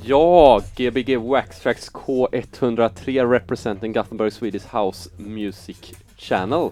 Ja, Gbg Wax Tracks K103 representing Gothenburg Swedish House Music Channel.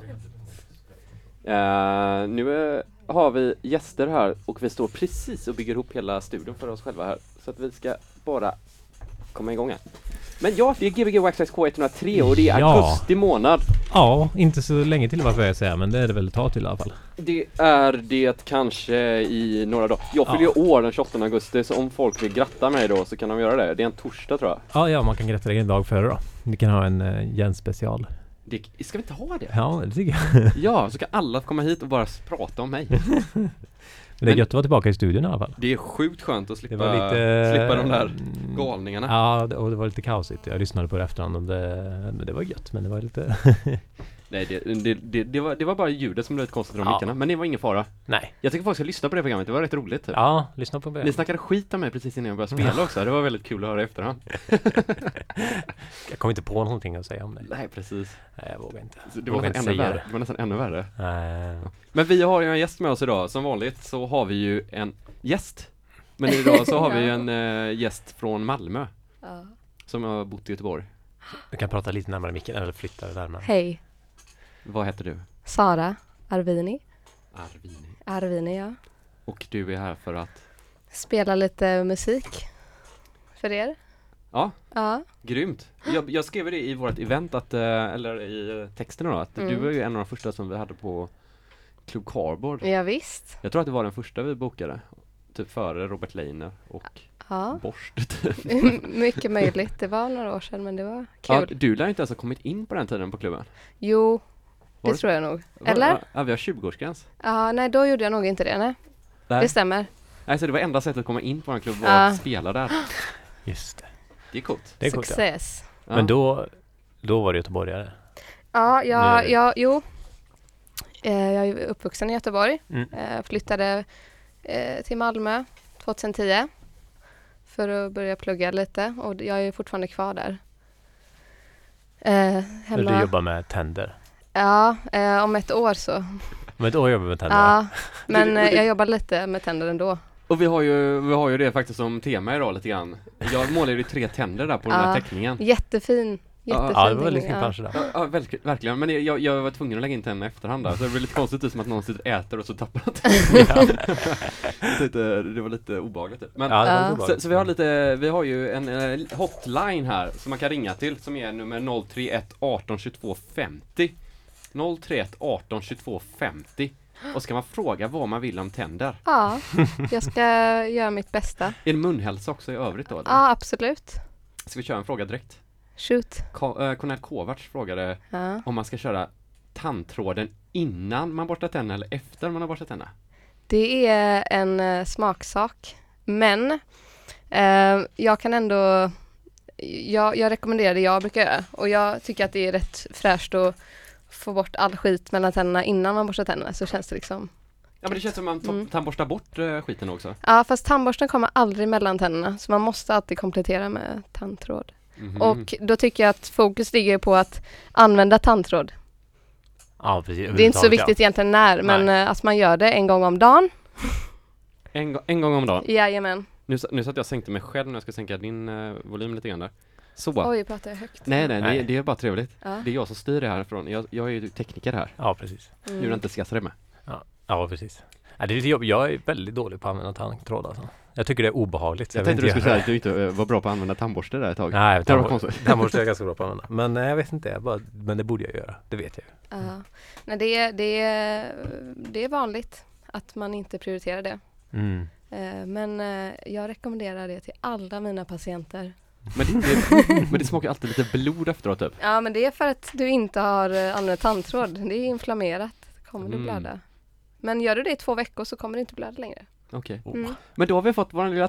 Nu har vi gäster här och vi står precis och bygger ihop hela studion för oss själva här. Så att vi ska bara komma igång här. Men ja, det är Gbg Wax Tracks K103 och det är augusti månad. Ja, inte så länge till vad jag säger, men det är det väl ett tag till i alla fall. Det är det kanske i några dagar. Jag fyller ju år den 28 augusti, så om folk vill gratta mig då så kan de göra det. Det är en torsdag tror jag. Ja, man kan gratta dig en dag före då. Vi kan ha en Jens special. Ska vi inte ha det? Ja, det tycker jag. Ja, så kan alla komma hit och bara prata om mig. Men det är gött att vara tillbaka i studion i alla fall. Det är sjukt skönt att slippa de där galningarna. Ja, och det var lite kaosigt. Jag lyssnade på det efterhand och det var gött, men det var lite... Nej, det var bara ljudet som blev lite konstigt från mickarna, men det var ingen fara. Nej. Jag tycker folk ska lyssna på det programmet, det var rätt roligt. Typ. Ja, lyssna på det. Ni snackade skit om mig precis innan jag började spela också, det var väldigt kul att höra i efterhand. Jag kom inte på någonting att säga om det. Nej, precis. Nej, jag vågar inte. Det var nästan ännu värre. Nej. Men vi har ju en gäst med oss idag, som vanligt så har vi ju en gäst. Men idag så har vi ju en gäst från Malmö. Ja. Som har bott i Göteborg. Du kan prata lite närmare micken eller flytta det närmare. Hej, Vad heter du? Sara Arvini. Arvini, ja. Och du är här för att... Spela lite musik för er. Ja, Ja. grymt. Jag skrev det i vårt event, eller i texterna då, att du var ju en av de första som vi hade på Club Cardboard. Ja, visst. Jag tror att det var den första vi bokade. Typ före Robert Leiner och Borst. Mycket möjligt. Det var några år sedan, men det var kul. Ja, du lär inte ens ha kommit in på den tiden på klubben. Jo, det tror jag nog. Eller? Ja, vi har 20-årsgräns. Ja, nej, då gjorde jag nog inte det. Nej. Det stämmer. Nej, så det var enda sättet att komma in på en klubb var att spela där. Just det. Det är coolt. Det är coolt, Success. ja. Men då var det göteborgare. Ja, jag är uppvuxen i Göteborg. Flyttade till Malmö 2010 för att börja plugga lite, och jag är fortfarande kvar där. Hemma. Du jobbar med tänder. Ja, om ett år så. Om ett år jobbar med tänder? Ja, men jag jobbar lite med tänder ändå. Och vi har ju det faktiskt som tema idag lite grann. Jag målade ju 3 tänder där på den här teckningen. Jättefin. Ja, det var väldigt fin plansch där. Ja, verkligen. Men jag var tvungen att lägga in tänderna i efterhand där. Så det blev lite konstigt som att någon sitter och äter och så tappar det var lite obehagligt. Men så vi har ju en hotline här som man kan ringa till, som är nummer 031 18 22 50. 031 18 22 50. Och ska man fråga vad man vill om tänder? Ja, jag ska göra mitt bästa. Är det munhälsa också i övrigt då? Eller? Ja, absolut. Ska vi köra en fråga direkt? Shoot. Cornel Kovacs frågade om man ska köra tandtråden innan man borstar tänderna eller efter man har borstat tänderna. Det är en smaksak. Men jag kan ändå... Jag rekommenderar det jag brukar göra. Och jag tycker att det är rätt fräscht att få bort all skit mellan tänderna innan man borstar tänderna. Så känns det liksom... Ja, men det känns som man tandborstar bort skiten också. Ja, fast tandborsten kommer aldrig mellan tänderna. Så man måste alltid komplettera med tandtråd. Och då tycker jag att fokus ligger på att använda tandtråd. Ja, precis. Det är inte så viktigt egentligen när, men att man gör det en gång om dagen. En gång om dagen? Jajamän. Nu så att jag sänkte mig själv när jag ska sänka din volym lite grann där. Så. Oj, pratar jag högt? Nej. Det är bara trevligt. Ja. Det är jag som styr det härifrån. Jag är ju tekniker här. Ja, precis. Nu är det inte skassa det med. Ja, precis. Ja, det är lite jobb. Jag är väldigt dålig på att använda tandtråd alltså. Jag tycker det är obehagligt. Jag tänkte du skulle säga att du inte var bra på att använda tandborste där ett tag. Nej, tandborste är jag ganska bra på att använda. Men jag vet inte, men det borde jag göra. Det vet jag ju. Nej, det är vanligt att man inte prioriterar det. Men jag rekommenderar det till alla mina patienter. Men det smakar alltid lite blod efteråt typ. Ja, men det är för att du inte har använt tandtråd. Det är inflammerat. Kommer du blöda. Men gör du det i 2 veckor så kommer du inte blöda längre. Okej. Men då har vi fått vår lilla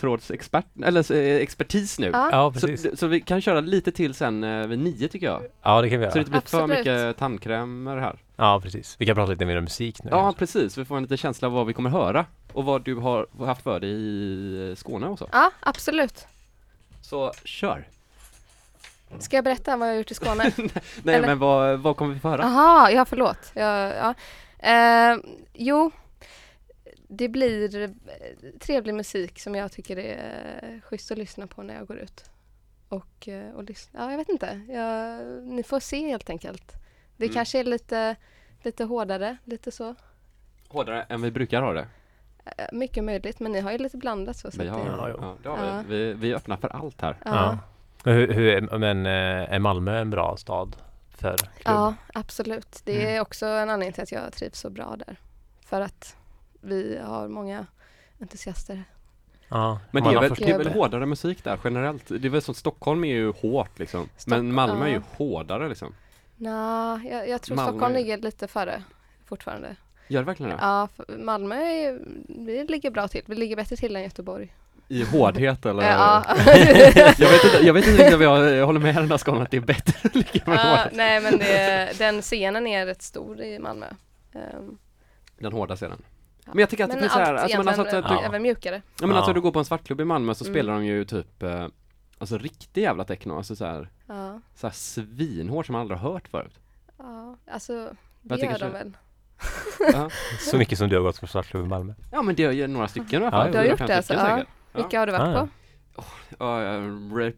expertis nu. Ja, precis. Så vi kan köra lite till sen vid 9 tycker jag. Ja, det kan vi göra. Så det inte blir för mycket tandkrämer här. Ja, precis. Vi kan prata lite mer om musik nu. Ja, precis. Vi får en liten känsla av vad vi kommer höra. Och vad du har haft för dig i Skåne också. Ja, absolut. Så kör. Ska jag berätta vad jag har gjort i Skåne? Nej, men vad kommer vi få höra? Aha, ja, förlåt. Jo, det blir trevlig musik som jag tycker är schysst att lyssna på när jag går ut. Och lyssna. Ja, jag vet inte. Ni får se helt enkelt. Det kanske är lite hårdare, lite så. Hårdare än vi brukar ha det? Mycket möjligt, men ni har ju lite blandat så. Det har vi. Vi är öppna för allt här. Ja. Men är Malmö en bra stad för klubb? Ja, absolut. Det är också en anledning till att jag trivs så bra där. För att vi har många entusiaster. Ja, men det är väl hårdare musik där generellt? Det är väl som Stockholm är ju hårt liksom. Men Malmö är ju hårdare liksom. Nej, jag tror Stockholm ligger lite före fortfarande. Gör det verkligen det? Ja, Malmö vi ligger bra till. Vi ligger bättre till än Göteborg. I hårdhet eller? Ja. jag vet inte om jag håller med den där skalan att det är bättre att ligga med hårdhet. Nej, men den scenen är rätt stor i Malmö. Den hårda scenen. Men jag tycker att det finns så här, alltså, även mjukare. Ja, men alltså du går på en svartklubb i Malmö så spelar de ju typ alltså riktig jävla techno, alltså så här svinhårt som man aldrig har hört förut. Ja, alltså det gör de väl. Ja. Så mycket som du har gått på svartklubb i Malmö. Ja, men det är några stycken i alla fall. Du har gjort det alltså? Ja. Vilka har du varit på? Ja, men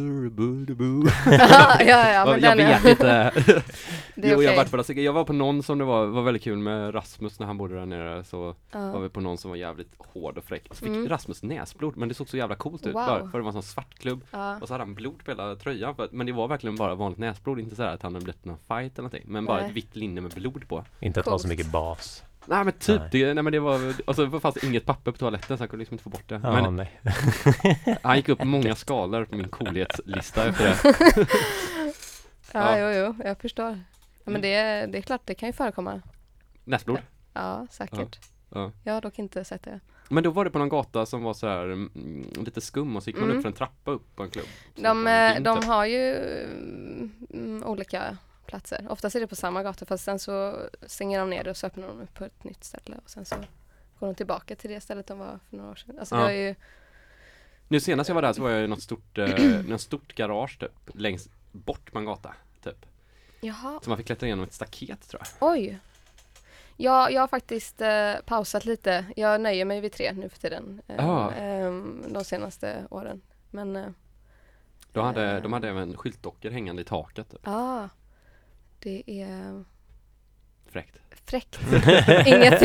jag vet inte. Jag var på någon som det var väldigt kul med Rasmus när han bodde där nere, så var vi på någon som var jävligt hård och fräck. Så fick Rasmus näsblod, men det såg så jävla coolt ut bara, för det var en sån svartklubb och så hade han blod på hela tröjan, men det var verkligen bara vanligt näsblod, inte så här att han hade blivit någon fight eller någonting, men bara ett vitt linne med blod på. Inte att det var så mycket bas. Nej, men typ men det var, alltså det fanns inget papper på toaletten så han kunde liksom inte få bort det. Men nej. Han gick upp många skalor på min coolhetslista efter det. Jo, jag förstår. Ja, men det är klart, det kan ju förekomma. Näsblod? Ja, säkert. Ja. Jag har dock inte sett det. Men då var det på någon gata som var så här lite skum, och så gick man upp för en trappa upp på en klubb. De har ju olika platser. Oftast är det på samma gata, fast sen så stänger de ner det och så öppnar de upp på ett nytt ställe och sen så går de tillbaka till det stället de var för några år sedan. Alltså det var ju... Nu senast jag var där så var jag i något stort garage typ, längst bort på en gata typ. Jaha. Så man fick klättra igenom ett staket, tror jag. Oj. Ja, jag har faktiskt pausat lite. Jag nöjer mig vid 3 nu för tiden. De senaste åren. Men de hade även skyltdockor hängande i taket. Typ. Det är fräckt. Inget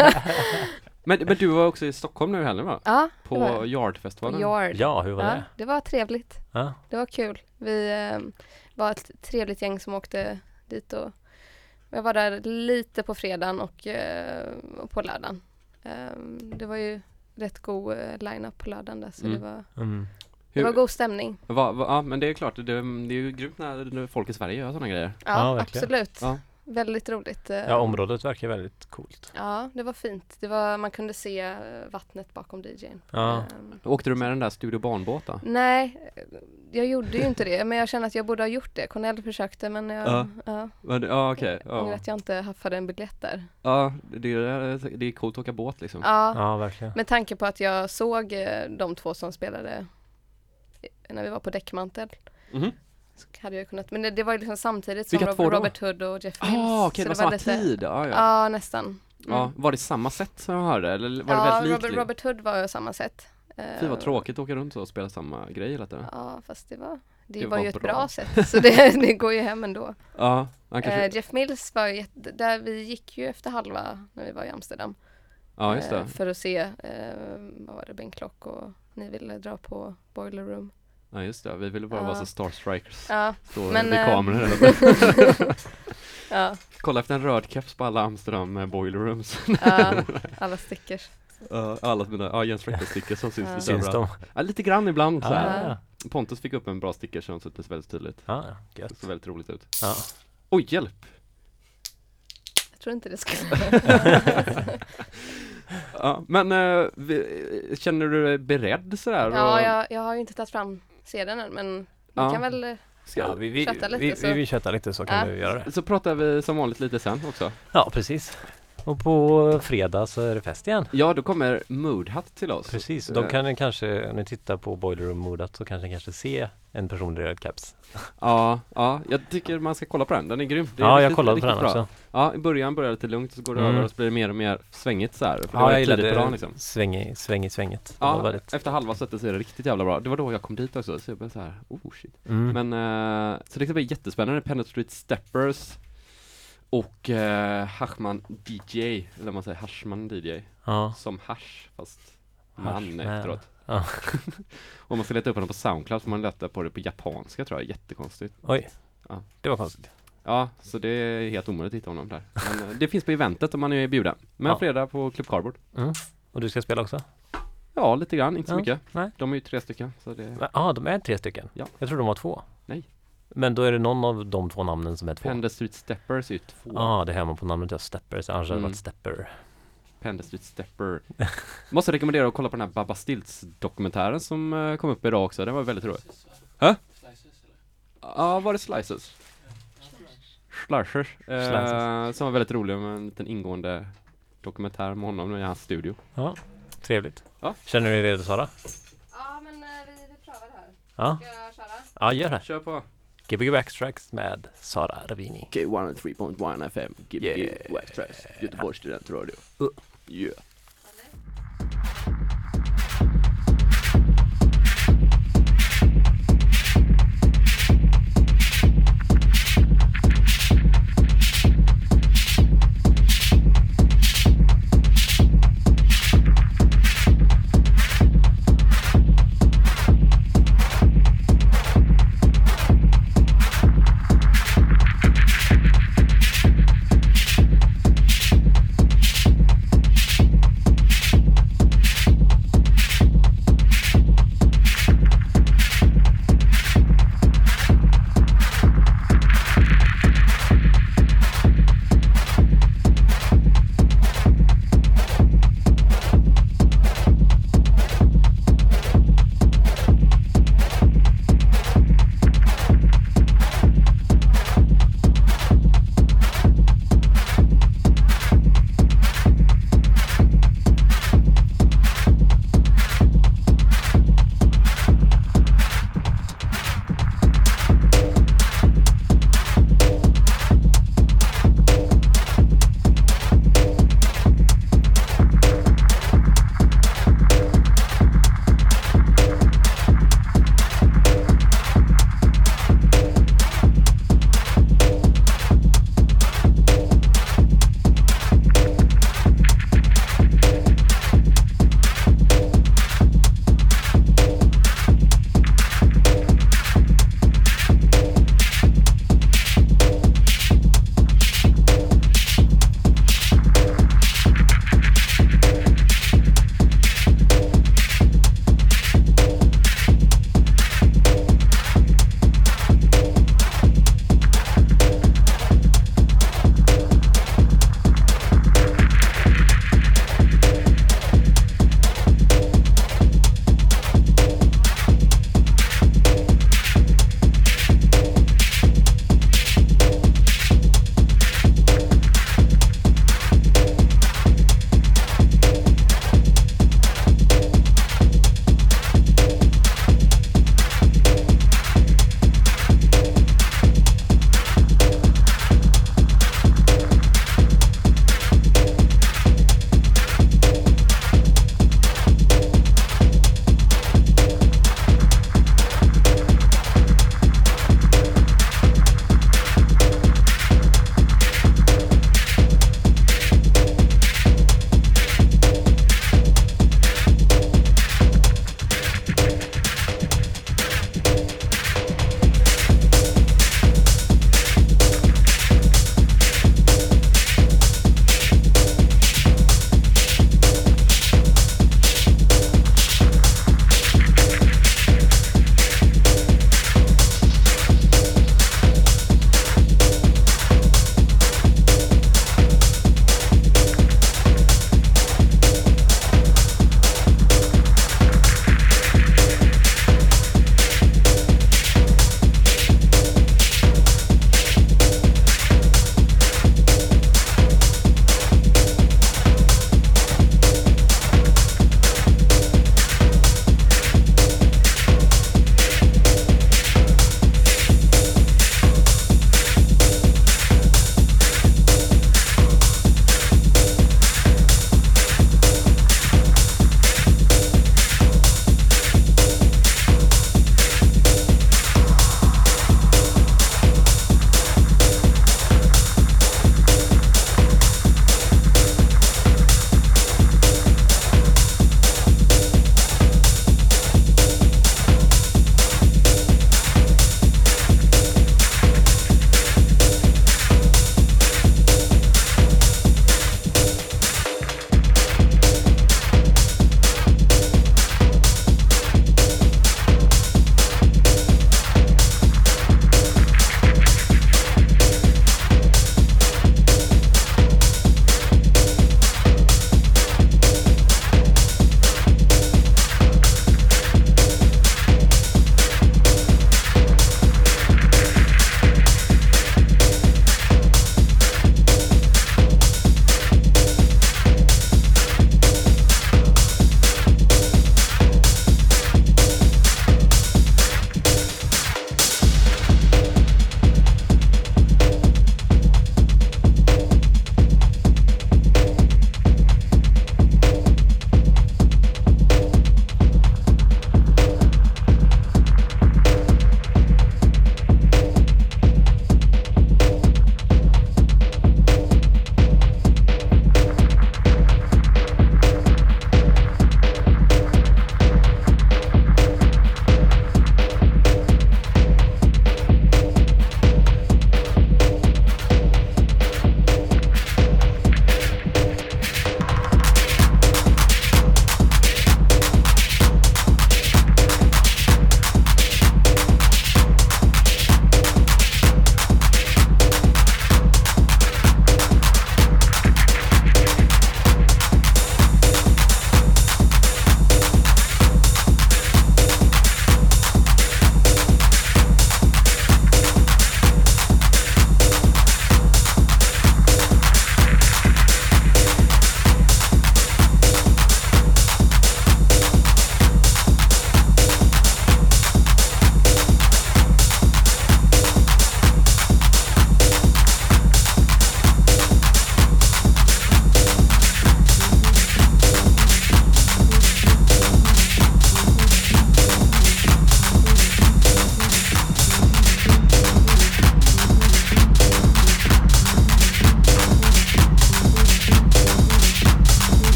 men du var också i Stockholm nu heller, va? Ja. På Yard-festivalen. Ja, hur var det? Det var trevligt. Ja. Det var kul. Vi var ett trevligt gäng som åkte dit, och jag var där lite på fredagen och på lördagen. Det var ju rätt god line-up på lördagen där, så det var god stämning. Ja, men det är klart, det är ju grymt när folk i Sverige gör sådana grejer. Ja, absolut. Ja. Väldigt roligt. Ja, området verkar väldigt coolt. Ja, det var fint. Man kunde se vattnet bakom DJ:n. Ja. Åkte du med den där Studio Barnbåt då? Nej, jag gjorde ju inte det. Men jag känner att jag borde ha gjort det. Cornell försökte, men okej. ångrar att jag inte haffade en biljett där. Ja, det är coolt att åka båt liksom. Ja, verkligen. Med tanke på att jag såg de två som spelade när vi var på Däckmantel. Så hade jag kunnat, men det var ju liksom samtidigt som Robert Hood och Jeff Mills. Okej, det var samma tid. Ja, nästan. Ja, var det samma sätt som jag hörde? Eller var det väldigt likt? Robert Hood var ju samma sätt. Fy, vad tråkigt att åka runt och spela samma grej hela tiden. Ja, fast det var ju ett bra sätt. Så det går ju hem ändå. Ja, Jeff Mills var ju där vi gick ju efter halva när vi var i Amsterdam. Ja, just det. För att se, vad var det, Ben Klock och ni ville dra på Boiler Room. Ja, just det. Vi ville bara vara så Starstrikers. Ja, står vid kameran. Ja. Kolla efter en röd keps på alla Amsterdam Boiler Rooms. Alla stickers. Alla mina Jens Rector-stickers som syns lite överallt. Ja, lite grann ibland. Så här. Pontus fick upp en bra sticker som syns väldigt tydligt. Gött. Det ser väldigt roligt ut. Oj, hjälp! Jag tror inte det skulle. Men känner du dig beredd sådär? Ja, jag har ju inte tagit fram sedan än, men vi kan väl vi chattar lite så kan vi göra det. Så pratar vi som vanligt lite sen också. Ja, precis. Och på fredag så är det fest igen. Ja, då kommer Moodhut till oss. Precis, de kan kanske, om ni tittar på Boiler Room Moodhut så kanske se en person i röd caps. Ja, jag tycker man ska kolla på den. Den är grym. Det är ja, jag kollade på den bra. också. Ja, i början börjar det lite lugnt, så går det över och så blir det mer och mer svängigt så här. För ja, jag gillade det liksom. Svänget. Ja, väldigt... efter halva sättet så är det riktigt jävla bra. Det var då jag kom dit också, så jag blev så här, shit. Men, så det ska bli jättespännande. Pendant Street Steppers och Hashman DJ, eller man säger Hashman DJ. Ja. Som hash, fast man efteråt. Ja. Om man ska leta upp honom på SoundCloud får man leta på det på japanska, tror jag. Jättekonstigt. Oj, det var konstigt. Ja, så det är helt omöjligt att hitta honom där. Men det finns på eventet om man är bjuden. Men fredag på Club Cardboard. Och du ska spela också? Ja, lite grann, inte så mycket. Nej. De är ju 3 stycken. Så det... Ja, de är 3 stycken? Ja. Jag tror de var 2. Nej. Men då är det någon av de 2 namnen som är 2. Pendant Street Steppers är 2. Ja, det här man på namnet är Steppers, annars hade det varit Stepper. Pendant Street Stepper. Måste rekommendera att kolla på den här Baba Stilts-dokumentären som kom upp idag också. Den var väldigt rolig. Ja, var det Slices? Slashers. Som var väldigt rolig, med en liten ingående dokumentär med honom i hans studio. Ja, trevligt. Ja. Känner du dig redo, Sara? Ja, men vi prövar det här. Ja. Ska jag köra? Ja, gör det. Kör på. Gbg Backtracks med Sara Ravini. K103.1 FM. Gbg Backtracks. Göteborgs studentradio. Yeah.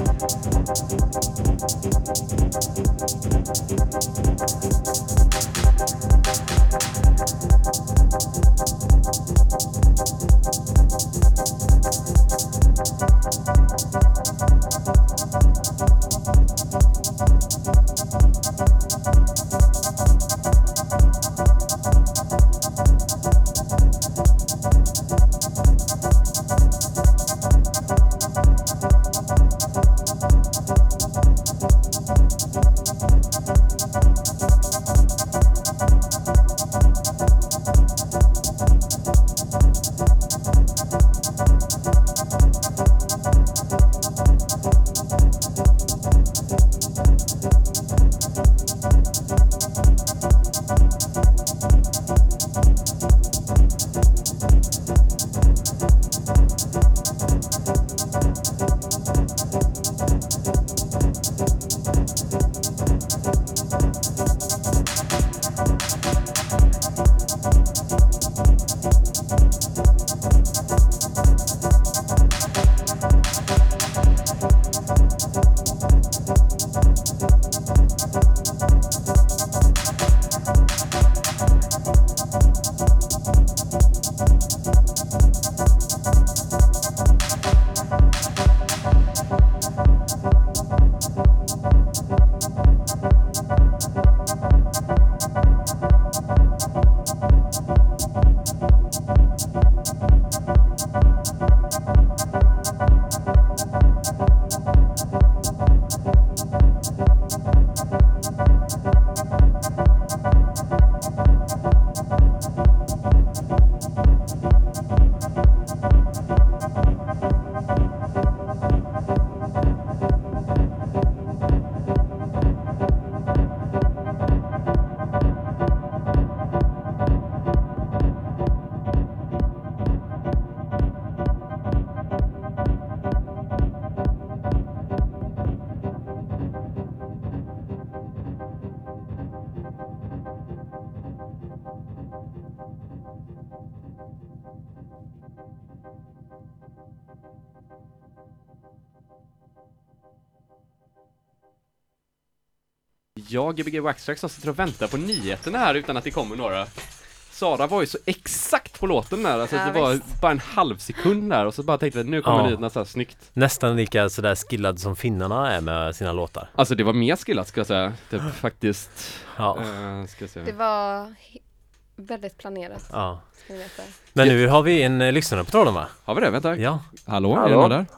Jag, Gbg Waxtrax, som sitter och väntar på nyheterna här utan att det kommer några. Sara var ju så exakt på låten där, alltså det var bara en halv sekund där och så bara tänkte jag nu kommer nyheterna så här snyggt. Nästan lika sådär skillad som finnarna är med sina låtar. Alltså det var mer skillat ska jag säga, typ faktiskt. Ja. Ska jag säga. Det var väldigt planerat. Ja. Ska ni veta. Men nu har vi en lyssnare på tråden, va? Har vi det? Vänta. Ja. Hallå, är det någon där?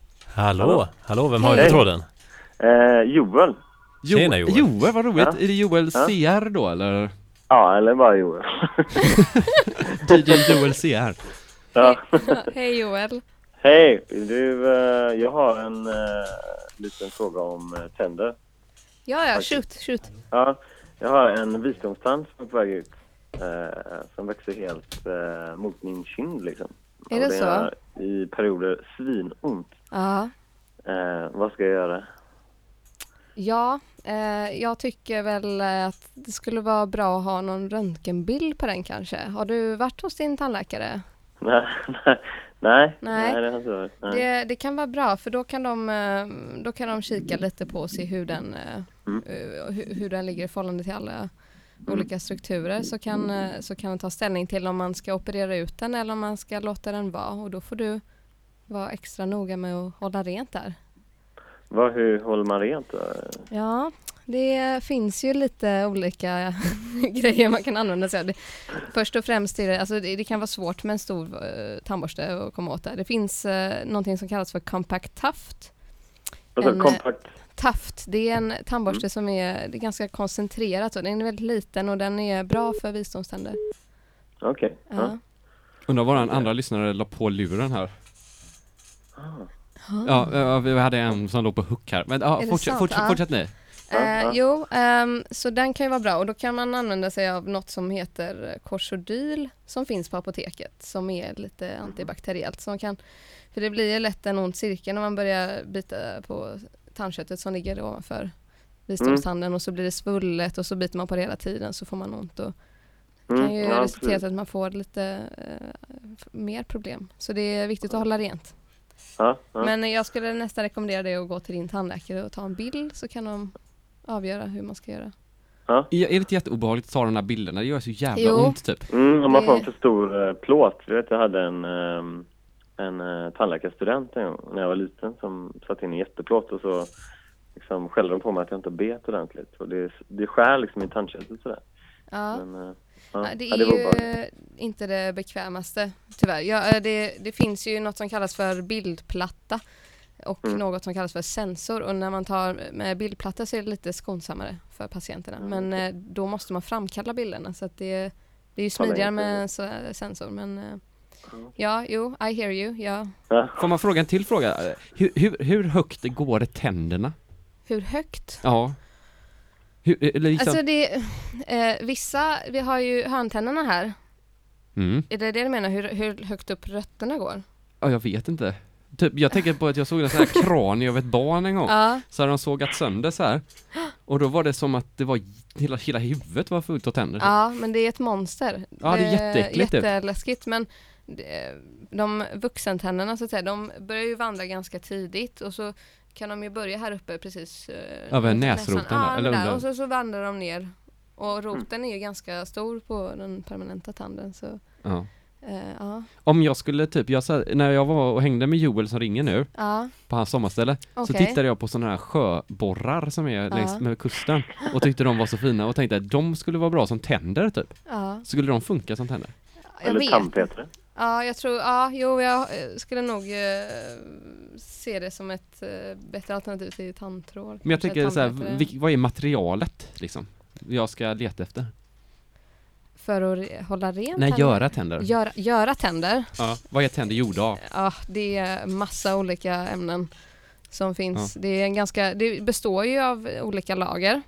Hallå, vem har vi på tråden? Joel. Tjena, Joel. Joel, vad roligt. Ja. Är det Joel CR då, eller? Ja, eller bara Joel. DJ Joel CR. Ja. Hej Joel. Hej, du, jag har en liten fråga om tänder. Ja, shoot. Ja, jag har en visdomstand som är på väg ut. Som växer helt mot min kind liksom. Är det så? Är i perioder svinont. Ja. Vad ska jag göra? Ja, jag tycker väl att det skulle vara bra att ha någon röntgenbild på den kanske. Har du varit hos din tandläkare? Nej, det har jag inte varit. Nej. Det kan vara bra, för då kan de kika lite på och se hur den ligger i förhållande till alla olika strukturer, så kan man ta ställning till om man ska operera ut den eller om man ska låta den vara, och då får du vara extra noga med att hålla rent där. Hur håller man rent då? Ja, det finns ju lite olika grejer man kan använda sig av. Först och främst är det, alltså det kan vara svårt med en stor tandborste att komma åt det. Det finns någonting som kallas för Compact Tuft. Compact Tuft, det är en tandborste som det är ganska koncentrerat. Så den är väldigt liten och den är bra för visdomständer. Okej. Ja. Undrar vad den andra lyssnare la på luren här. Ja, vi hade en som låg på hook här. Men fortsätt ni. Så den kan ju vara bra, och då kan man använda sig av något som heter Corsodyl som finns på apoteket, som är lite antibakteriellt. För det blir lätt en ond cirkel när man börjar bita på tandköttet som ligger ovanför visdomstanden, och så blir det svullet och så biter man på det hela tiden, så får man ont, och det kan ju resultera i att man får lite mer problem. Så det är viktigt att hålla rent. Ja. Men jag skulle nästan rekommendera dig att gå till din tandläkare och ta en bild, så kan de avgöra hur man ska göra. Ja. Är det inte jätteobehagligt att ta de här bilderna? Det gör så jävla ont typ. Om man får en för stor plåt. Jag hade en tandläkarstudent en gång när jag var liten som satt in en jätteplåt och så liksom skällde de på mig att jag inte bet ordentligt. Och det skär liksom i tandköttet sådär. Ja. Men, det är ju inte det bekvämaste, tyvärr. Ja, det finns ju något som kallas för bildplatta och något som kallas för sensor. Och när man tar med bildplatta så är det lite skonsammare för patienterna. Men då måste man framkalla bilderna, så att det är ju smidigare med sensor. Men I hear you. Ja. Får man fråga en till fråga? Hur högt går det tänderna? Hur högt? Ja. Liksom... Alltså vissa, vi har ju hörntänderna här. Är det du menar, hur högt upp rötterna går? Ja, jag vet inte. Typ, jag tänker på att jag såg en sån här kranie av ett barn en gång. Så hade de sågat sönder så här. Och då var det som att det var hela huvudet var fullt av tänder. Ja, men det är ett monster. Ja, det är jätteäckligt. Jätteläskigt, men de vuxentänderna så att säga, de börjar ju vandra ganska tidigt och så kan de ju börja här uppe precis över näsroten eller där, och så vandrar de ner. Och roten är ju ganska stor på den permanenta tanden, så Om jag skulle när jag var och hängde med Joel som ringer nu på hans sommarställe, så tittade jag på sådana här sjöborrar som är längs med kusten och tyckte de var så fina och tänkte att de skulle vara bra som tänder typ. Skulle de funka som tänder? Eller tandpetare? Ja, jag tror, jag skulle nog se det som ett bättre alternativ till tandtråd. Men jag tänker så här, vad är materialet liksom? Jag ska leta efter. För att hålla rent? Nej, göra tänder. Göra tänder? Ja, vad är tänder gjorda av? Ja, det är massa olika ämnen som finns. Ja. Det består ju av olika lager.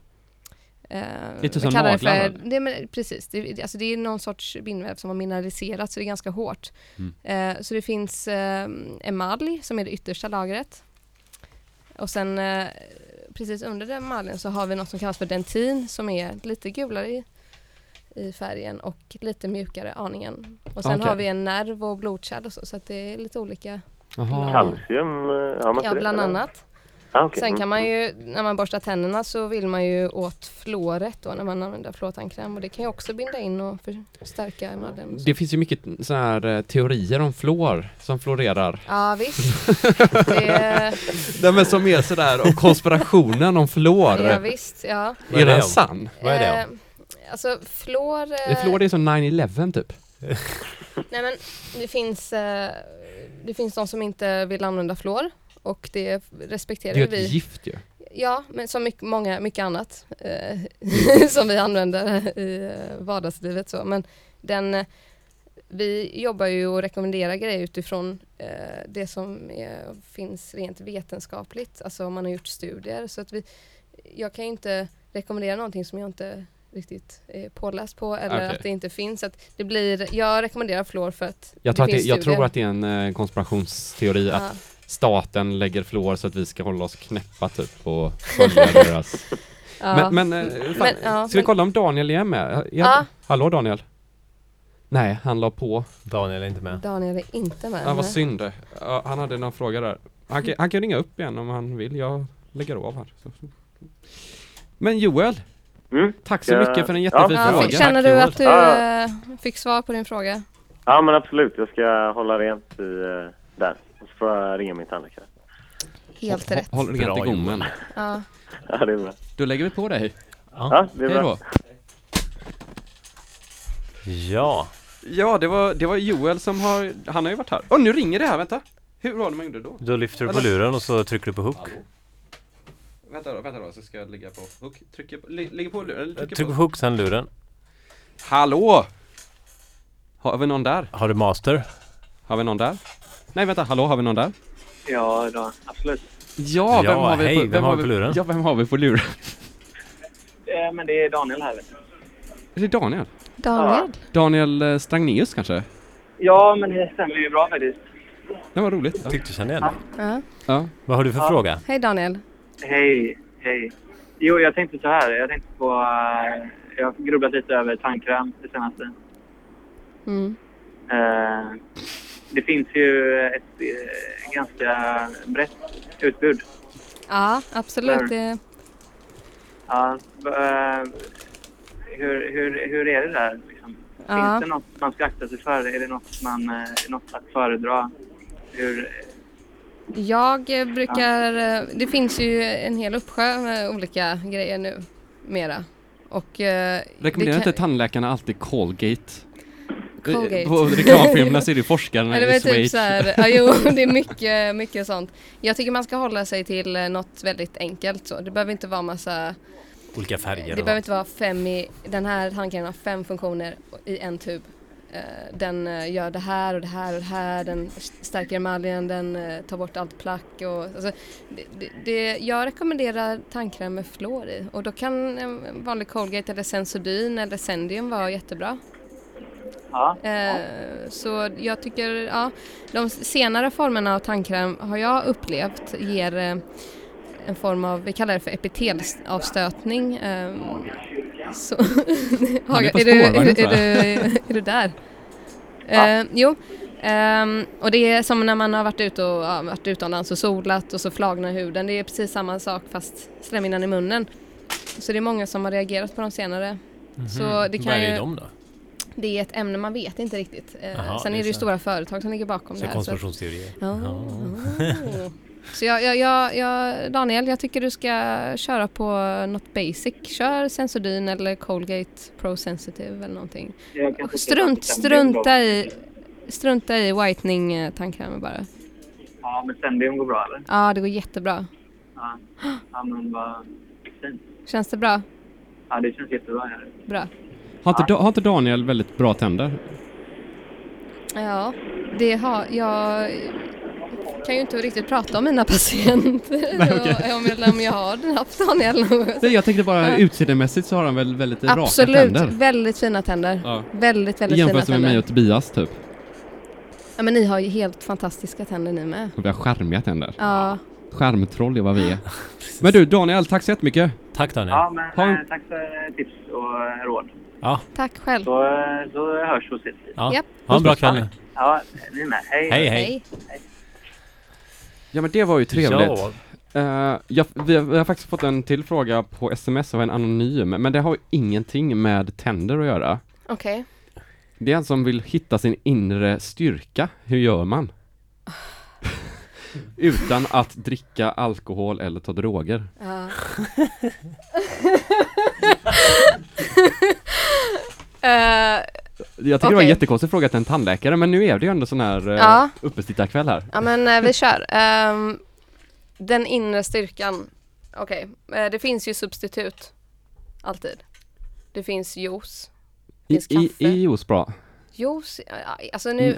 Lite som naglar? Precis, det är någon sorts bindväv som har mineraliserats, så det är ganska hårt. Så det finns emalj som är det yttersta lagret. Och sen precis under den emaljen så har vi något som kallas för dentin, som är lite gulare i färgen och lite mjukare aningen. Och sen har vi en nerv och blodkärl och så att det är lite olika. Kalcium har man bland annat. Okay. Sen kan man ju, när man borstar tänderna så vill man ju åt fluoret då när man använder fluortandkräm, och det kan ju också binda in och förstärka emaljen. Det finns ju mycket så här teorier om fluor som florerar. Ja, visst. Nej, men som är sådär om konspirationen om fluor. Ja, visst, ja. Är den sann? Vad är det? Alltså fluor... Fluor är som 9/11 typ. Nej, men det finns de som inte vill använda fluor. Och det respekterar vi. Det är ett gift ju. Ja, men som mycket annat som vi använder i vardagslivet. Så. Men vi jobbar ju och rekommenderar grejer utifrån det som finns rent vetenskapligt. Alltså om man har gjort studier. Så att jag kan ju inte rekommendera någonting som jag inte riktigt är påläst på eller att det inte finns. Att jag rekommenderar fluor för att jag tror att det är en konspirationsteori att staten lägger fluor så att vi ska hålla oss knäppa typ och följa deras. Ska vi kolla om Daniel är med? Hallå Daniel? Nej, han la på. Daniel är inte med. Ja, vad synd. Han hade någon fråga där. Han kan ringa upp igen om han vill. Jag lägger av här. Men Joel, tack så mycket för en jättefin fråga. Känner du att du fick svar på din fråga? Ja, men absolut. Jag ska hålla rent där. Och så får jag ringa min tandläkare. Helt rätt. Håll rent i gommen. Ja, det är bra. Då lägger vi på dig. Ja, det är bra. Ja, det var Joel som han har ju varit här. Nu ringer det här, vänta. Hur var det man gjorde då? Då lyfter du på luren och så trycker du på hook. Vänta då, så ska jag lägga på hook. Lägger på luren. Tryck på hook, sen luren. Hallå! Har vi någon där? Har du master? Har vi någon där? Nej, vänta, hallå, har vi någon där? Ja, då, absolut. Ja, vem har vi på luren? Ja, vem har vi på luren? Men det är Daniel här, vet du. Är det Daniel? Daniel Strangnius kanske? Ja, men det stämmer ju bra faktiskt. Det var roligt. Tyckte du kände igen det? Ja. Vad har du för fråga? Hej Daniel. Hej. Jo, jag tänkte så här. Jag tänkte på... jag har grubblat lite över tandkräm det senaste. det finns ju ett ganska brett utbud. Ja, absolut. Ja, hur är det där? Liksom? Ja. Finns det något man ska akta sig för? Är det något att föredra? Jag brukar... Det finns ju en hel uppsjö med olika grejer nu, mera. Och... Rekommenderar inte tandläkarna alltid Colgate? Colgate. På reklamfilmerna ser du forskarna det i Schweiz. typ så här, ja, jo, det är mycket sånt. Jag tycker man ska hålla sig till något väldigt enkelt så. Det behöver inte vara massa... Olika färger. Det behöver inte vara den här tandkrämen har 5 funktioner i en tub. Den gör det här och det här och det här. Den stärker emaljen, den tar bort allt plack. Och, alltså, jag rekommenderar tandkräm med fluor i. Och då kan en vanlig Colgate eller Sensodyne eller Zendium vara jättebra. Ja. Så jag tycker, de senare formerna av tandkräm har jag upplevt ger en form av, vi kallar det för epitelavstötning. Så är du där? Jo. Och det är som när man har varit ute och varit utomlands och solat och så flagnar huden. Det är precis samma sak fast slemhinnan i munnen. Så det är många som har reagerat på de senare. Så det kan Vad är de då? Det är ett ämne man vet inte riktigt. Sen är det ju stora företag som ligger bakom det här. Konspirationsteorier. Så Daniel, jag tycker du ska köra på något basic. Kör Sensodyne eller Colgate Pro Sensitive eller någonting. Strunta i whitening tandkrämer bara. Ja, men Zendium går bra eller? Ja, det går jättebra. Ja, men vad fint. Känns det bra? Ja, det känns jättebra här. Bra. Har inte Daniel väldigt bra tänder? Ja, det har jag. Kan ju inte riktigt prata om mina patienter. Nej, okay. om jag har haft Daniel. Jag tänkte bara utseendemässigt så har han väl väldigt raka tänder. Absolut, väldigt fina tänder. Ja. Väldigt fina tänder. Jämfört med mig och Tobias typ. Ja, men ni har ju helt fantastiska tänder ni med. Och vi har skärmiga tänder. Ja. Skärmtroll är vad vi är. Men du Daniel, tack så jättemycket. Tack Daniel. Ja, men tack för tips och råd. Ja. Tack själv. Så hörs vi och ses. Ja. Japp. Ha en bra kväll. Ja, ni med. Hej. Ja, men det var ju trevligt. Vi har faktiskt fått en till fråga på sms av en anonym, men det har ju ingenting med tänder att göra. Okej. Det är en som vill hitta sin inre styrka. Hur gör man? Utan att dricka alkohol eller ta droger. Ja. Jag tycker det var en jättekonstig fråga till en tandläkare, men nu är det ju ändå sån här uppestittarkväll här. Ja, men vi kör. Den inre styrkan. Okej. Det finns ju substitut. Alltid. Det finns juice. Det finns kaffe. Är juice bra? Juice, alltså nu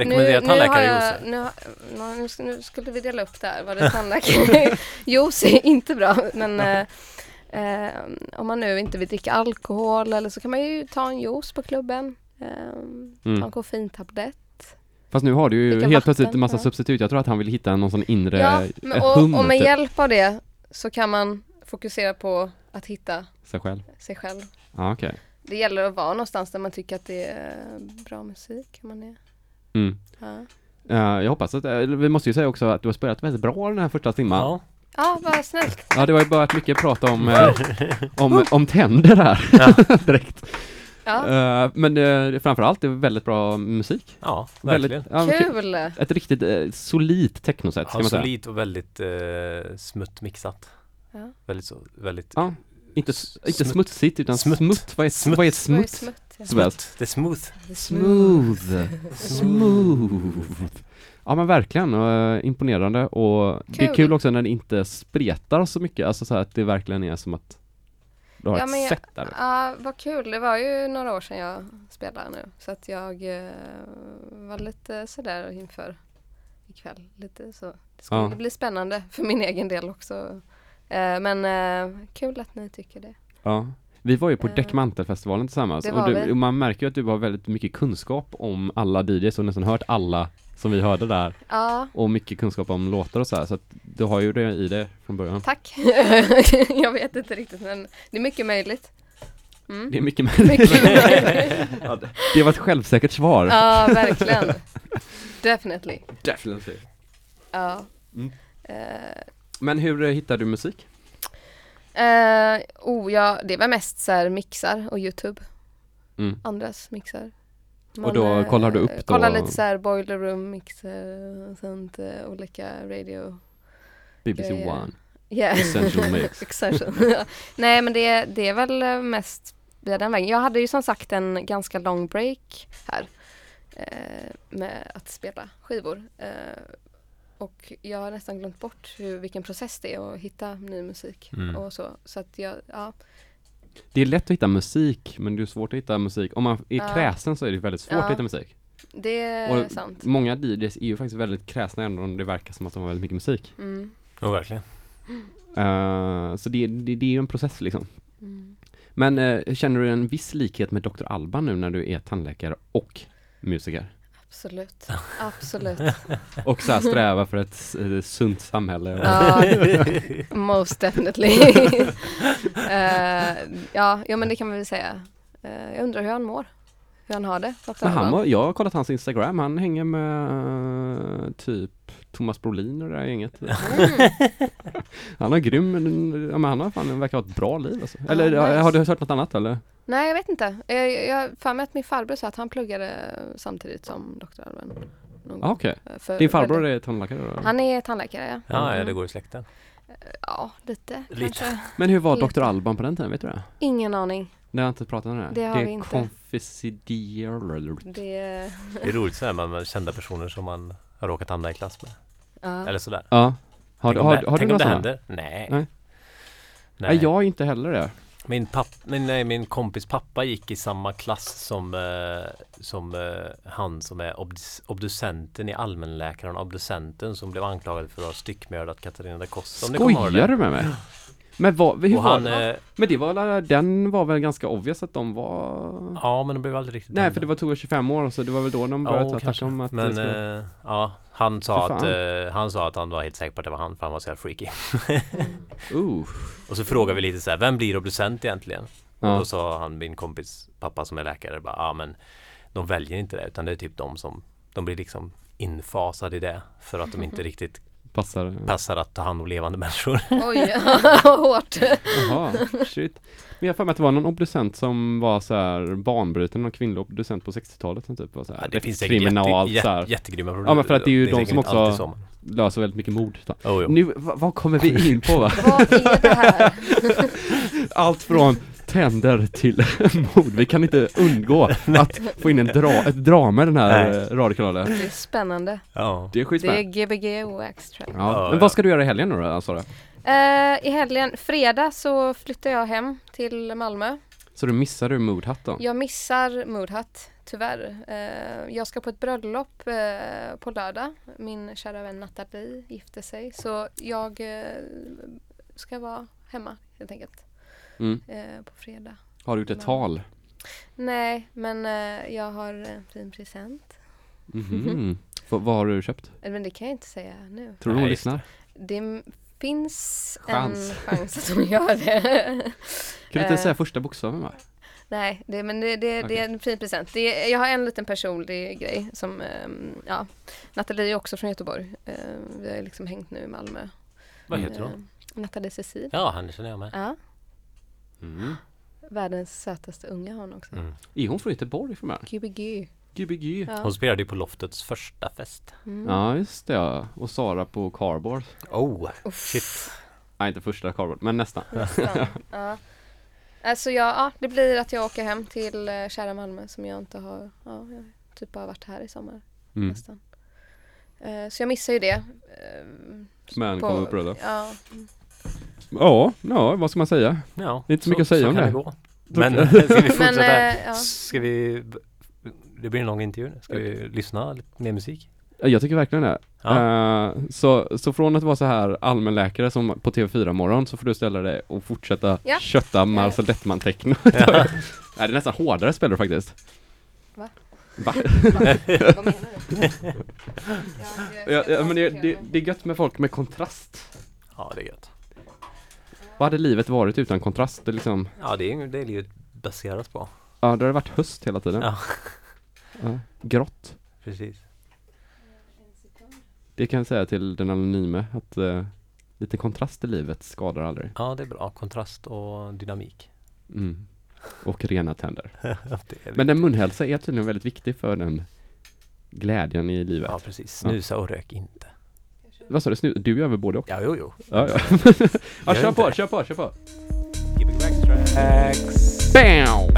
skulle vi dela upp det här. Var det tandläkare? Juice är inte bra, men om man nu inte vill dricka alkohol eller så kan man ju ta en juice på klubben. Ta en koffeintablett. Fast nu har du ju helt plötsligt en massa substitut. Jag tror att han vill hitta någon sån inre hum. Och med hjälp av det så kan man fokusera på att hitta sig själv. Ja, okej. Det gäller att vara någonstans där man tycker att det är bra musik. Man är. Jag hoppas att, vi måste ju säga också att du har spelat väldigt bra den här första timman. Ja, vad snällt. Ja, det var ju bara mycket prat om tänder här direkt. Ja. Men framförallt är det väldigt bra musik. Ja, verkligen. Kul! Ett riktigt solidt technoset ska man säga. Solidt och väldigt smuttmixat. Ja. Väldigt ja. Inte smutsigt utan smutt. Vad är smutt? Det är smooth. Smooth. Ja, men verkligen imponerande och det är kul också när det inte spretar så mycket, alltså så här att det verkligen är som att du har ett sätt där. Ja, vad kul. Det var ju några år sedan jag spelade nu så att jag var lite sådär inför ikväll lite så. Det skulle bli spännande för min egen del också. Men kul att ni tycker det. Ja, vi var ju på Däckmantelfestivalen tillsammans och man märker ju att du har väldigt mycket kunskap om alla DJs och nästan hört alla som vi hörde där. Ja. Och mycket kunskap om låtar och så här, så att du har ju det i det från början. Tack. Jag vet inte riktigt, men det är mycket möjligt. Det är mycket möjligt. Ja, det var ett självsäkert svar. Ja, verkligen. Definitely. Ja. Mm. Men hur hittar du musik? Det var mest så här mixar och YouTube. Andras mixar. Och då kollar du upp då? Kollar lite så här Boiler Room mixer och sånt, olika radio. BBC One. Yeah. Essential mix. Essential. Nej, men det är väl mest via den vägen. Jag hade ju som sagt en ganska lång break här med att spela skivor. Och jag har nästan glömt bort vilken process det är att hitta ny musik och så. Så att det är lätt att hitta musik, men det är svårt att hitta musik. Om man är kräsen så är det väldigt svårt att hitta musik. Det är sant. Många DJs är ju faktiskt väldigt kräsna ändå om det verkar som att de har väldigt mycket musik. Ja, verkligen. Så det är ju en process liksom. Men känner du en viss likhet med Dr. Alban nu när du är tandläkare och musiker? Absolut. Och så här sträva för ett sunt samhälle. Ja, most definitely. Men det kan man väl säga. Jag undrar hur han mår. Hur han har det. Jag har kollat hans Instagram. Han hänger med typ Thomas Brolin och det där gänget. Han har grym, men han verkar ha ett bra liv. Alltså. Eller har du hört något annat eller? Nej, jag vet inte. Jag för mig att min farbror sa att han pluggade samtidigt som Dr. Alban. Okej. Din farbror är tandläkare då? Han är tandläkare, ja. Ja, det går i släkten. Ja, lite. Kanske. Men hur var Dr. Alban på den tiden, vet du det? Ingen aning. Det har inte pratat om det. Det har vi inte. Det är roligt så här med kända personer som man har råkat hamna i klass med. Eller sådär. Ja. Har du några sådana? Händer? Nej. Nej, jag inte heller det. Min kompis pappa gick i samma klass som han som är obducenten i allmänläkaren, obducenten som blev anklagad för att ha styckmördat Katarina da Costa. Skojar du med mig? Men den var väl ganska obvious att de var... Ja, men de blev aldrig riktigt... Nej, för det tog 25 år så det var väl då de började ta om att... Men han sa att han var helt säker på att det var han, för han var så här freaky. Och så frågade vi lite så här, vem blir obducent egentligen? Och då sa min kompis pappa som är läkare bara, men de väljer inte det, utan det är typ de blir liksom infasade i det för att de inte riktigt passar att ta hand om levande människor. Oj, hårt. Jaha, shit. Men jag får med att det var någon obducent som var så här banbruten, någon kvinnlig obducent på 60-talet som typ var så här. Det finns jättegrymma problem. Ja, men för att det är ju de som också löser väldigt mycket mord. Nu, vad kommer vi in på va? Vad är det här? Allt från tänder till mord. Vi kan inte undgå att få in ett drama i den här radiokanalen. Det är spännande. Ja. Det är skitspännande. Det är Gbg och X-Track. Ja. Men vad ska du göra i helgen nu då, Sara? I helgen, fredag så flyttar jag hem till Malmö. Så du missar Mood Hut då? Jag missar Mood Hut, tyvärr. Jag ska på ett bröllop på lördag. Min kära vän Nathalie gifte sig. Så jag ska vara hemma helt enkelt. På fredag. Har du gjort ett tal? Nej, men jag har en fin present. Vad har du köpt? Men det kan jag inte säga nu. Tror du hon lyssnar? Det finns en chans att hon gör det. Kan du inte säga första bokstaven va? Nej, det är en fin present. Jag har en liten personlig grej som, Nathalie är också från Göteborg. Vi har liksom hängt nu i Malmö. Vad heter hon? Nathalie Cecil. Ja, han känner jag med. Ja. Världens sötaste unga har hon också. Är hon från Göteborg för mig? Gbg. Ja. Hon spelade ju på Loftets första fest. Ja, just det. Ja. Och Sara på Cardboard. Shit. Nej, inte första Cardboard, men nästan. Ja. Alltså det blir att jag åker hem till kära Malmö som jag inte har, jag typ bara varit här i sommar nästan. Så jag missar ju det. Men kommer upp bröllop. Ja. Ja, vad ska man säga? Ja, det är inte så mycket att säga om det. Men ska vi fortsätta? Det blir en lång intervju. Ska vi lyssna lite mer musik? Jag tycker verkligen det. Ja. Så från att vara så här allmänläkare som på TV4 morgon så får du ställa dig och fortsätta kötta Marcel Dettman-techno. Nej, det är nästan hårdare spelar du faktiskt. Va? Vad menar du? Men det är gött med folk med kontrast. Ja, det är gött. Vad hade livet varit utan kontrast? Det är liksom... Ja, det är livet baserat på. Ja, det har varit höst hela tiden. Ja. Grått. Precis. Det kan jag säga till den anonyme att lite kontrast i livet skadar aldrig. Ja, det är bra. Kontrast och dynamik. Och rena tänder. Men den munhälsa är tydligen väldigt viktig för den glädjen i livet. Ja, precis. Snusa och rök inte. Vad sa du? Du gör väl både och? Ja, jo. Ja. Ja, kör på. Keeping back tracks. Bam!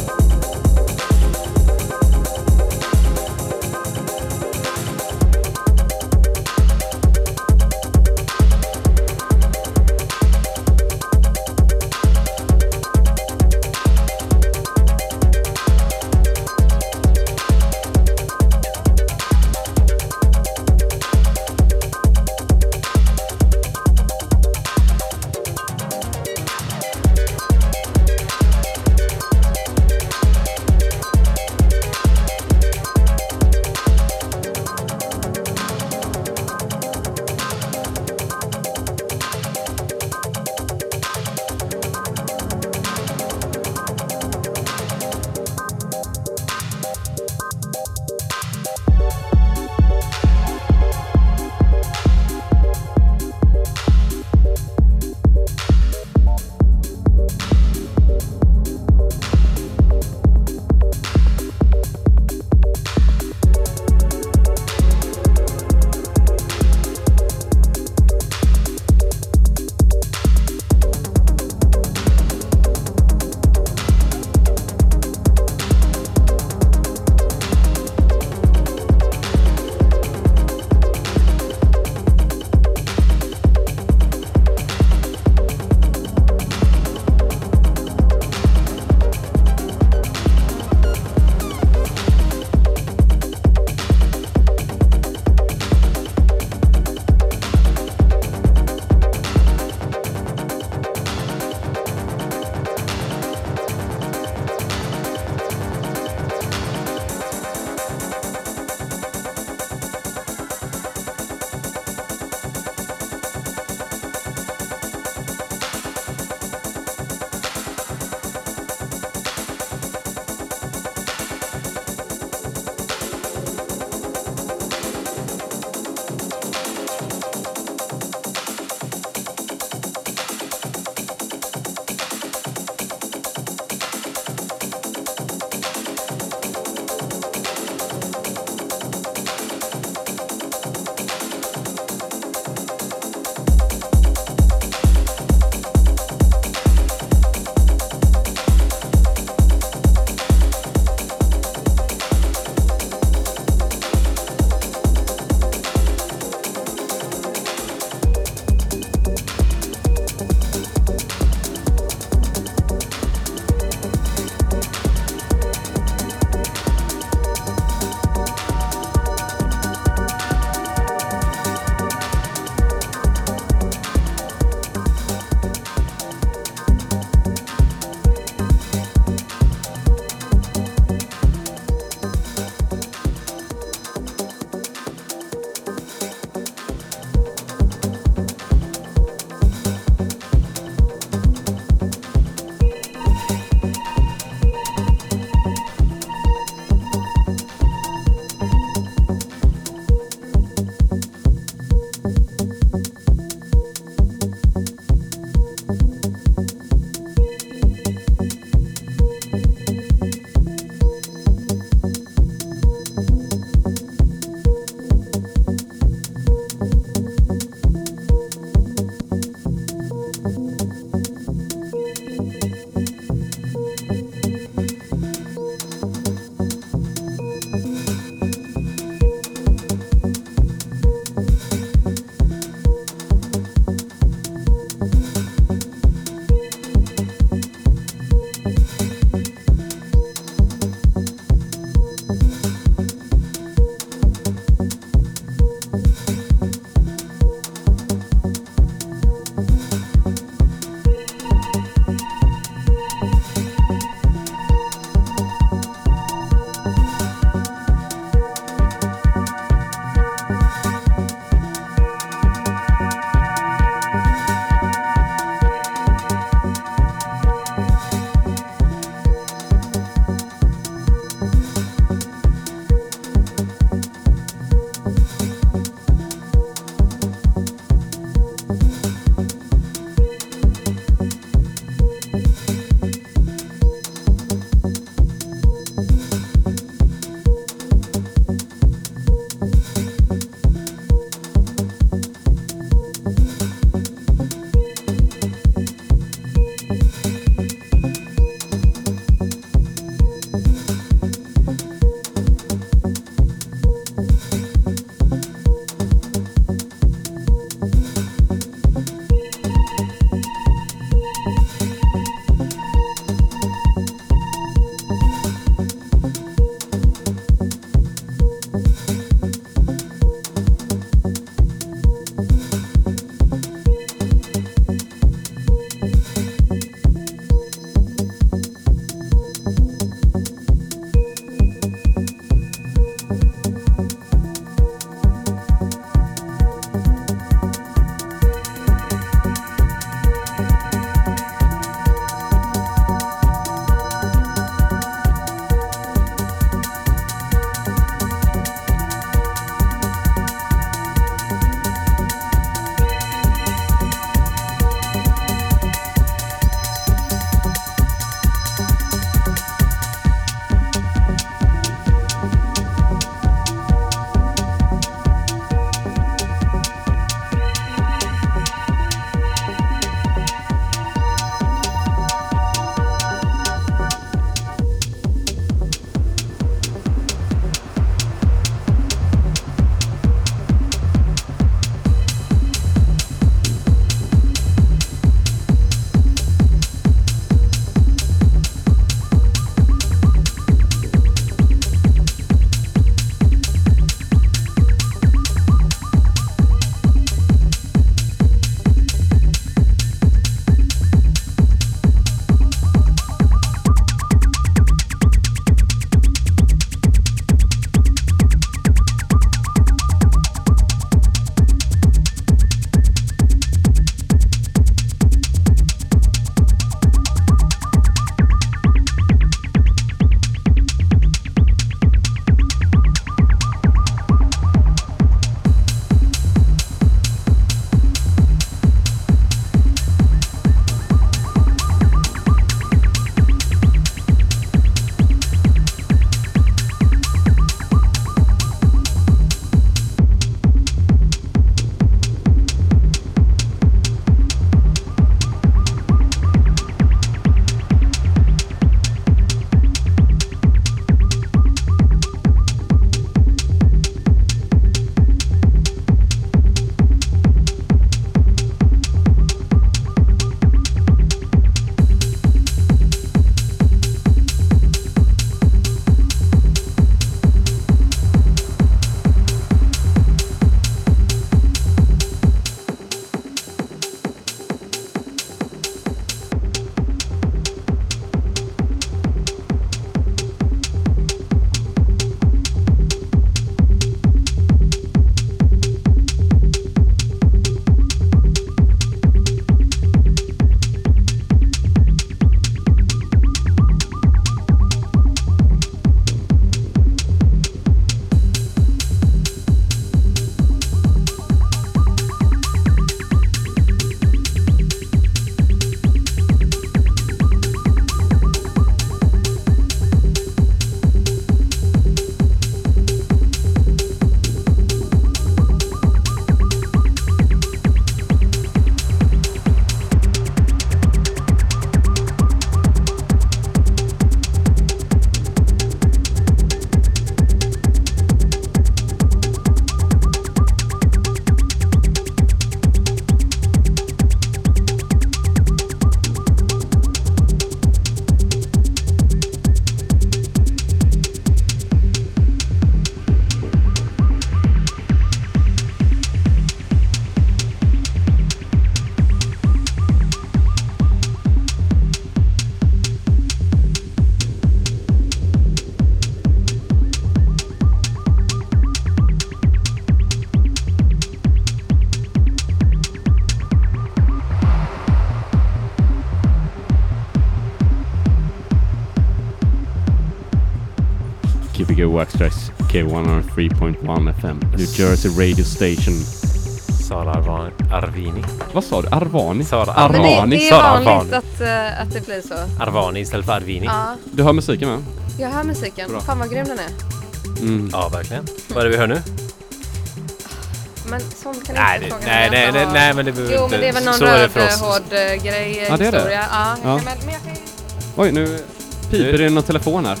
GWXRS K103.1 FM, New Jersey Radio Station. Sara Arvani. Vad sa du? Arvani? Sara Arvani. Det är Sara vanligt att det blir så. Arvani istället för Arvini. Ja. Du hör musiken va? Jag hör musiken. Bra. Fan vad grym den är. Ja, verkligen. Vad är det vi hör nu? Men sånt kan Nej, inte nej, men det behöver Jo, men det är väl någon röd-hård grej. Ja, det är det. Historia. Ja, Ja. men jag kan... Oj, nu piper det någon telefon här.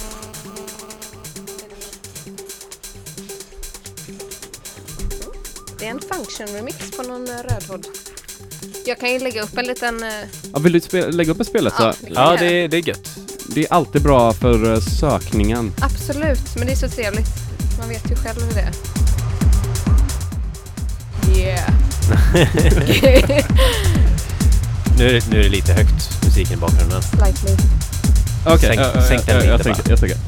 Det är en function remix på någon rödhård. Jag kan ju lägga upp en liten... Ja, vill du lägga upp ett spelet så? Ja, det är gött. Det är alltid bra för sökningen. Absolut, men det är så trevligt. Man vet ju själv hur det är. Yeah. Nu är det lite högt musiken i bakgrunden. Slightly. Okej, sänk den lite jag tänker.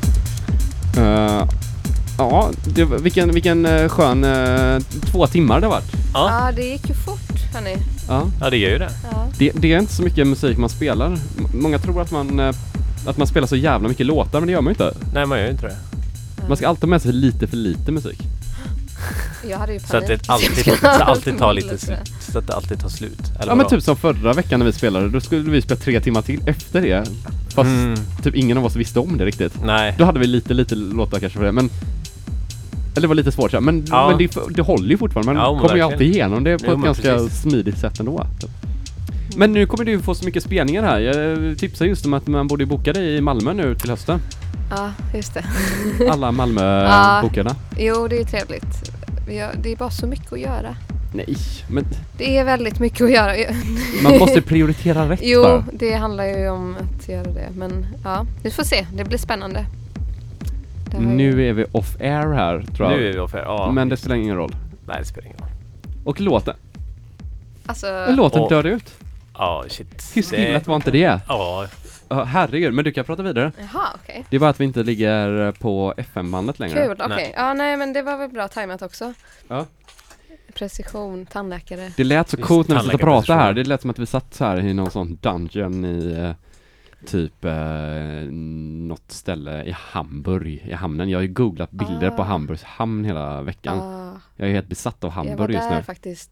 Ja, vilken skön 2 timmar det har varit. Ja, det gick ju fort, hörni. Ja, det gör ju det. Ja. Det är inte så mycket musik man spelar. Många tror att man spelar så jävla mycket låtar, men det gör man ju inte. Nej, man gör ju inte det. Man ska alltid ha med sig lite för lite musik. Jag hade ju panik. Så att det alltid tar lite slut. Så att det alltid tar slut. Eller ja, men typ som förra veckan när vi spelade. Då skulle vi spela 3 timmar till efter det. Fast typ ingen av oss visste om det riktigt. Nej. Då hade vi lite låtar kanske för det. Men... Eller det var lite svårt, men det håller ju fortfarande. Man kommer ju alltid igenom det på ett ganska smidigt sätt ändå. Men nu kommer du få så mycket spelningar här. Jag tipsar just om att man borde boka dig i Malmö nu till hösten. Ja, just det. Alla Malmö-bokarna. Jo, det är trevligt. Det är bara så mycket att göra. Nej, men... Det är väldigt mycket att göra. Man måste prioritera rätt. Jo, bara. det handlar ju om att göra det. Men ja, vi får se. Det blir spännande. Nu är vi off-air här, tror jag. Nu är vi off-air, ja. Men det spelar ingen roll. Nej, det spelar ingen roll. Och låten? Alltså... Låten dör ut. Ja, shit. Hur skillat var inte det? Ja. Herregud, men du kan prata vidare. Jaha, okej. Det är bara att vi inte ligger på FM-bandet längre. Kul, okej. Ja, nej, men det var väl bra tajmat också. Ja. Precision, tandläkare. Det lät så coolt när vi satt och pratade här. Det lät som att vi satt så här i någon sån dungeon i typ något ställe i Hamburg, i hamnen. Jag har ju googlat bilder på Hamburgs hamn hela veckan. Jag är helt besatt av Hamburg just nu. Jag var där faktiskt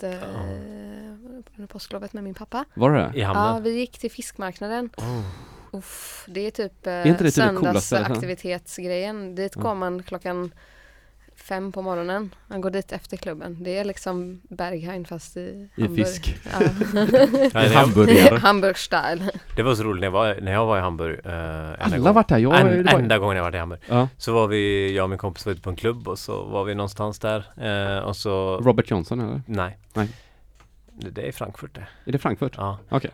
på påsklovet med min pappa. Var det? I hamnen? Ja, vi gick till fiskmarknaden. Det är typ inte det söndagsaktivitetsgrejen. Dit går man 5 på morgonen. Man går dit efter klubben. Det är liksom Berghain fast i Hamburg. Fisk. Ja. Hamburgare. Hamburg-style. Det var så roligt när jag var i Hamburg. Alla varit där. Enda gången jag varit i Hamburg. Ja. Så var jag och min kompis var ute på en klubb och så var vi någonstans där. Och så... Robert Johnson eller? Nej. Det är Frankfurt det. Är det Frankfurt? Ja. Okej.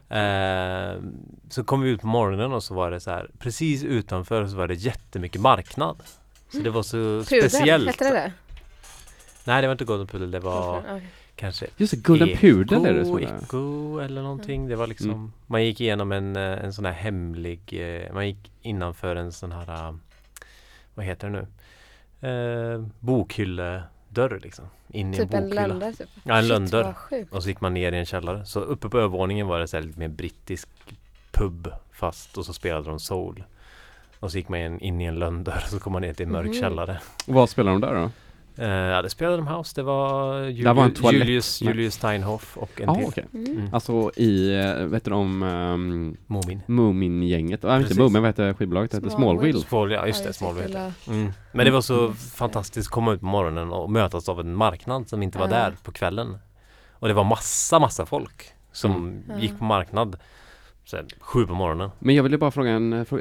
Så kom vi ut på morgonen och så var det så här, precis utanför så var det jättemycket marknad. Så det var så speciellt. Hette det? Nej, det var inte Golden Pudel, det var kanske just det, Golden Pudel är det som Eko eller någonting. Det var liksom, man gick igenom en sån här hemlig, man gick innanför en sån här, vad heter det nu? Bokhylledörr liksom. In typ i en bokhylla. Lönder, typ. Ja, en lönndörr. Och så gick man ner i en källare. Så uppe på övervåningen var det så här lite mer brittisk pub fast och så spelade de soul. Och så gick man in i en lönndörr så kom man ner till en mörk källare. Och vad spelade de där då? Ja, det spelade de house. Det var Julius Steinhoff och en till. Okay. Alltså i, vet du om Moomin-gänget. Inte Moomin, vad heter skivbolaget? Det heter Smallville. Ja, just det, Smallville. Men det var så fantastiskt att komma ut på morgonen och mötas av en marknad som inte var där på kvällen. Och det var massa folk som gick på marknad. 7 på morgonen. Men jag ville bara fråga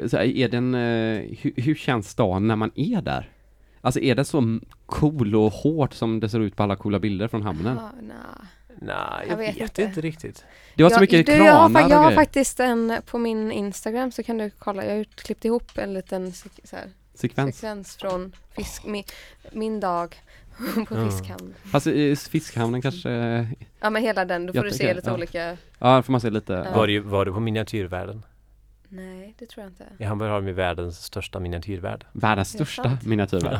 hur känns dagen när man är där? Alltså är det så cool och hårt som det ser ut på alla coola bilder från hamnen? Nej, jag vet inte riktigt. Det var så mycket kranar jag har faktiskt på min Instagram så kan du kolla, jag har klippt ihop en liten sekvens från min dag på fiskhamn. Alltså i fiskhamnen kanske... Ja, men hela den, då får du se lite olika... Ja, får man se lite... Var du på miniatyrvärlden? Nej, det tror jag inte. I Hamburg har de världens största miniatyrvärld. Världens största miniatyrvärld?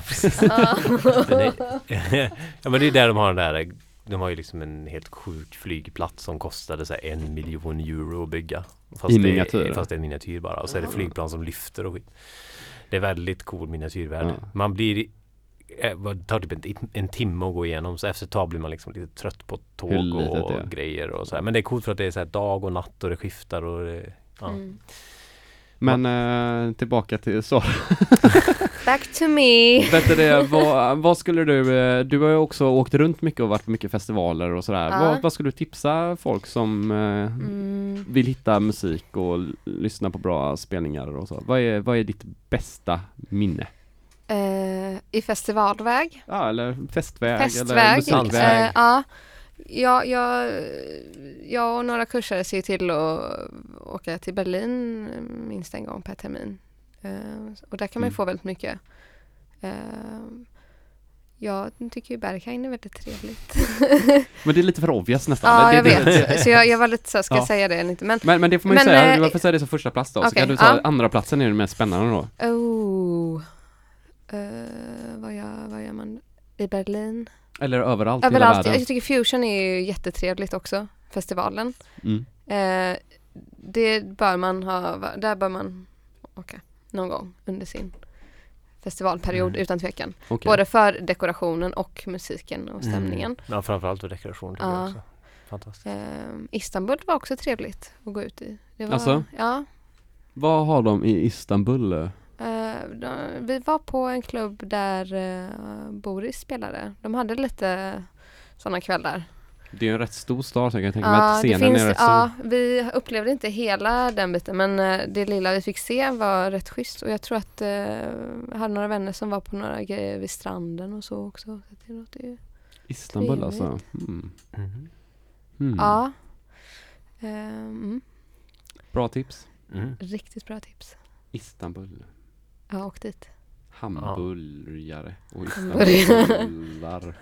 Ja, men det är där de har den där... De har ju liksom en helt sjuk flygplats som kostade så här 1 miljon euro att bygga. Fast I miniatyr? Fast det är en miniatyr bara. Och så är det flygplan som lyfter och skit. Det är väldigt cool miniatyrvärld. Man blir det tar typ en timme att gå igenom, så efter ett tag blir man liksom lite trött på tåg och grejer och så här. Men det är coolt för att det är så här dag och natt och det skiftar och det, Men tillbaka till Sara. Back to me. Vad skulle du har ju också åkt runt mycket och varit på mycket festivaler och sådär. Vad skulle du tipsa folk som vill hitta musik och lyssna på bra spelningar och så? Vad är ditt bästa minne? I festivalväg? Ja, eller festväg. Eller musikväg. Jag och några kursare ser till att åka till Berlin minst en gång per termin. Och där kan man ju få väldigt mycket. Jag tycker ju Berghain är väldigt trevligt. Men det är lite för obvious nästan. Ja, jag vet. Så jag var lite så här, ska jag säga det eller inte? Men det får man ju säga. Du får säga det som första plats då. Okay, så kan du ta andra platsen är det mest spännande då. Vad gör man i Berlin? Eller överallt i hela världen. Jag tycker Fusion är ju jättetrevligt också. Festivalen. Det bör man ha. Där bör man åka någon gång under sin festivalperiod utan tvekan. Okay. Både för dekorationen och musiken och stämningen. Ja, framförallt för dekoration tycker jag också. Fantastiskt. Istanbul var också trevligt att gå ut i. Det var, alltså? Ja. Vad har de i Istanbul? Vi var på en klubb där Boris spelade. De hade lite sådana kvällar. Det är ju en rätt stor stad så jag kan tänka mig att scenen är rätt stor. Vi upplevde inte hela den biten, men det lilla vi fick se var rätt schysst. Och jag tror att jag hade några vänner som var på några grejer vid stranden och så också. Så det låter ju Istanbul trevligt. Alltså? Ja. Bra tips. Riktigt bra tips. Istanbul. Ja, åk dit. Hamburgare och Istanbullar.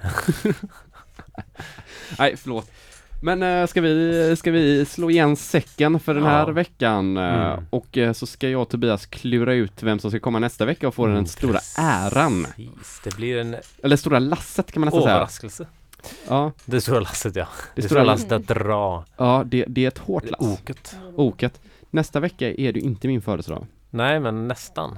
Nej, förlåt. Men ska vi slå igen säcken för den här veckan och så ska jag och Tobias klura ut vem som ska komma nästa vecka och få den stora äran. Det blir eller stora lasset kan man nästan säga. Överraskelse. Ja. Det stora lasset, ja. Det stora lasset att dra. Ja, det är ett hårt lass. Oket. Nästa vecka är det inte min födelsedag. Nej, men nästan.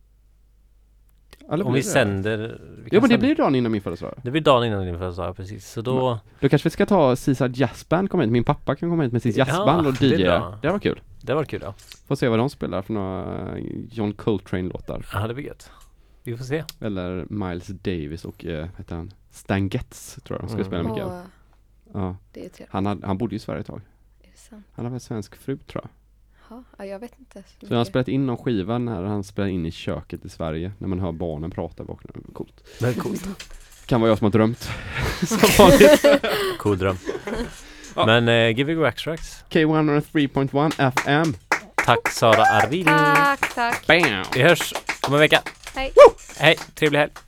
Om vi sänder... Ja, men det blir dagen innan min födelsedag. Det blir dagen innan din födelsedag, precis. Så då kanske vi ska ta Caesar Jazzband komma hit. Min pappa kan komma hit med sitt jazzband och DJ. Det var kul. Det var kul, ja. Får se vad de spelar för några John Coltrane-låtar. Ja, det blir gött. Vi får se. Eller Miles Davis och heter han Stan Getz, tror jag de ska spela mycket av. Ja. Det är trevligt. Han bodde i Sverige ett tag. Är det sant? Han har väl svensk fru, tror jag. Ja, jag vet inte. Så han har spelat in någon skiva när han spelar in i köket i Sverige. När man hör barnen prata bakom. Coolt. Det är coolt. Kan vara jag som har drömt. Som vanligt. Cool dröm. Men Give You Extracts. K103.1 FM. Tack Sara Arvin. Tack. Bam. Vi hörs om en vecka. Hej. Hej, trevlig helg.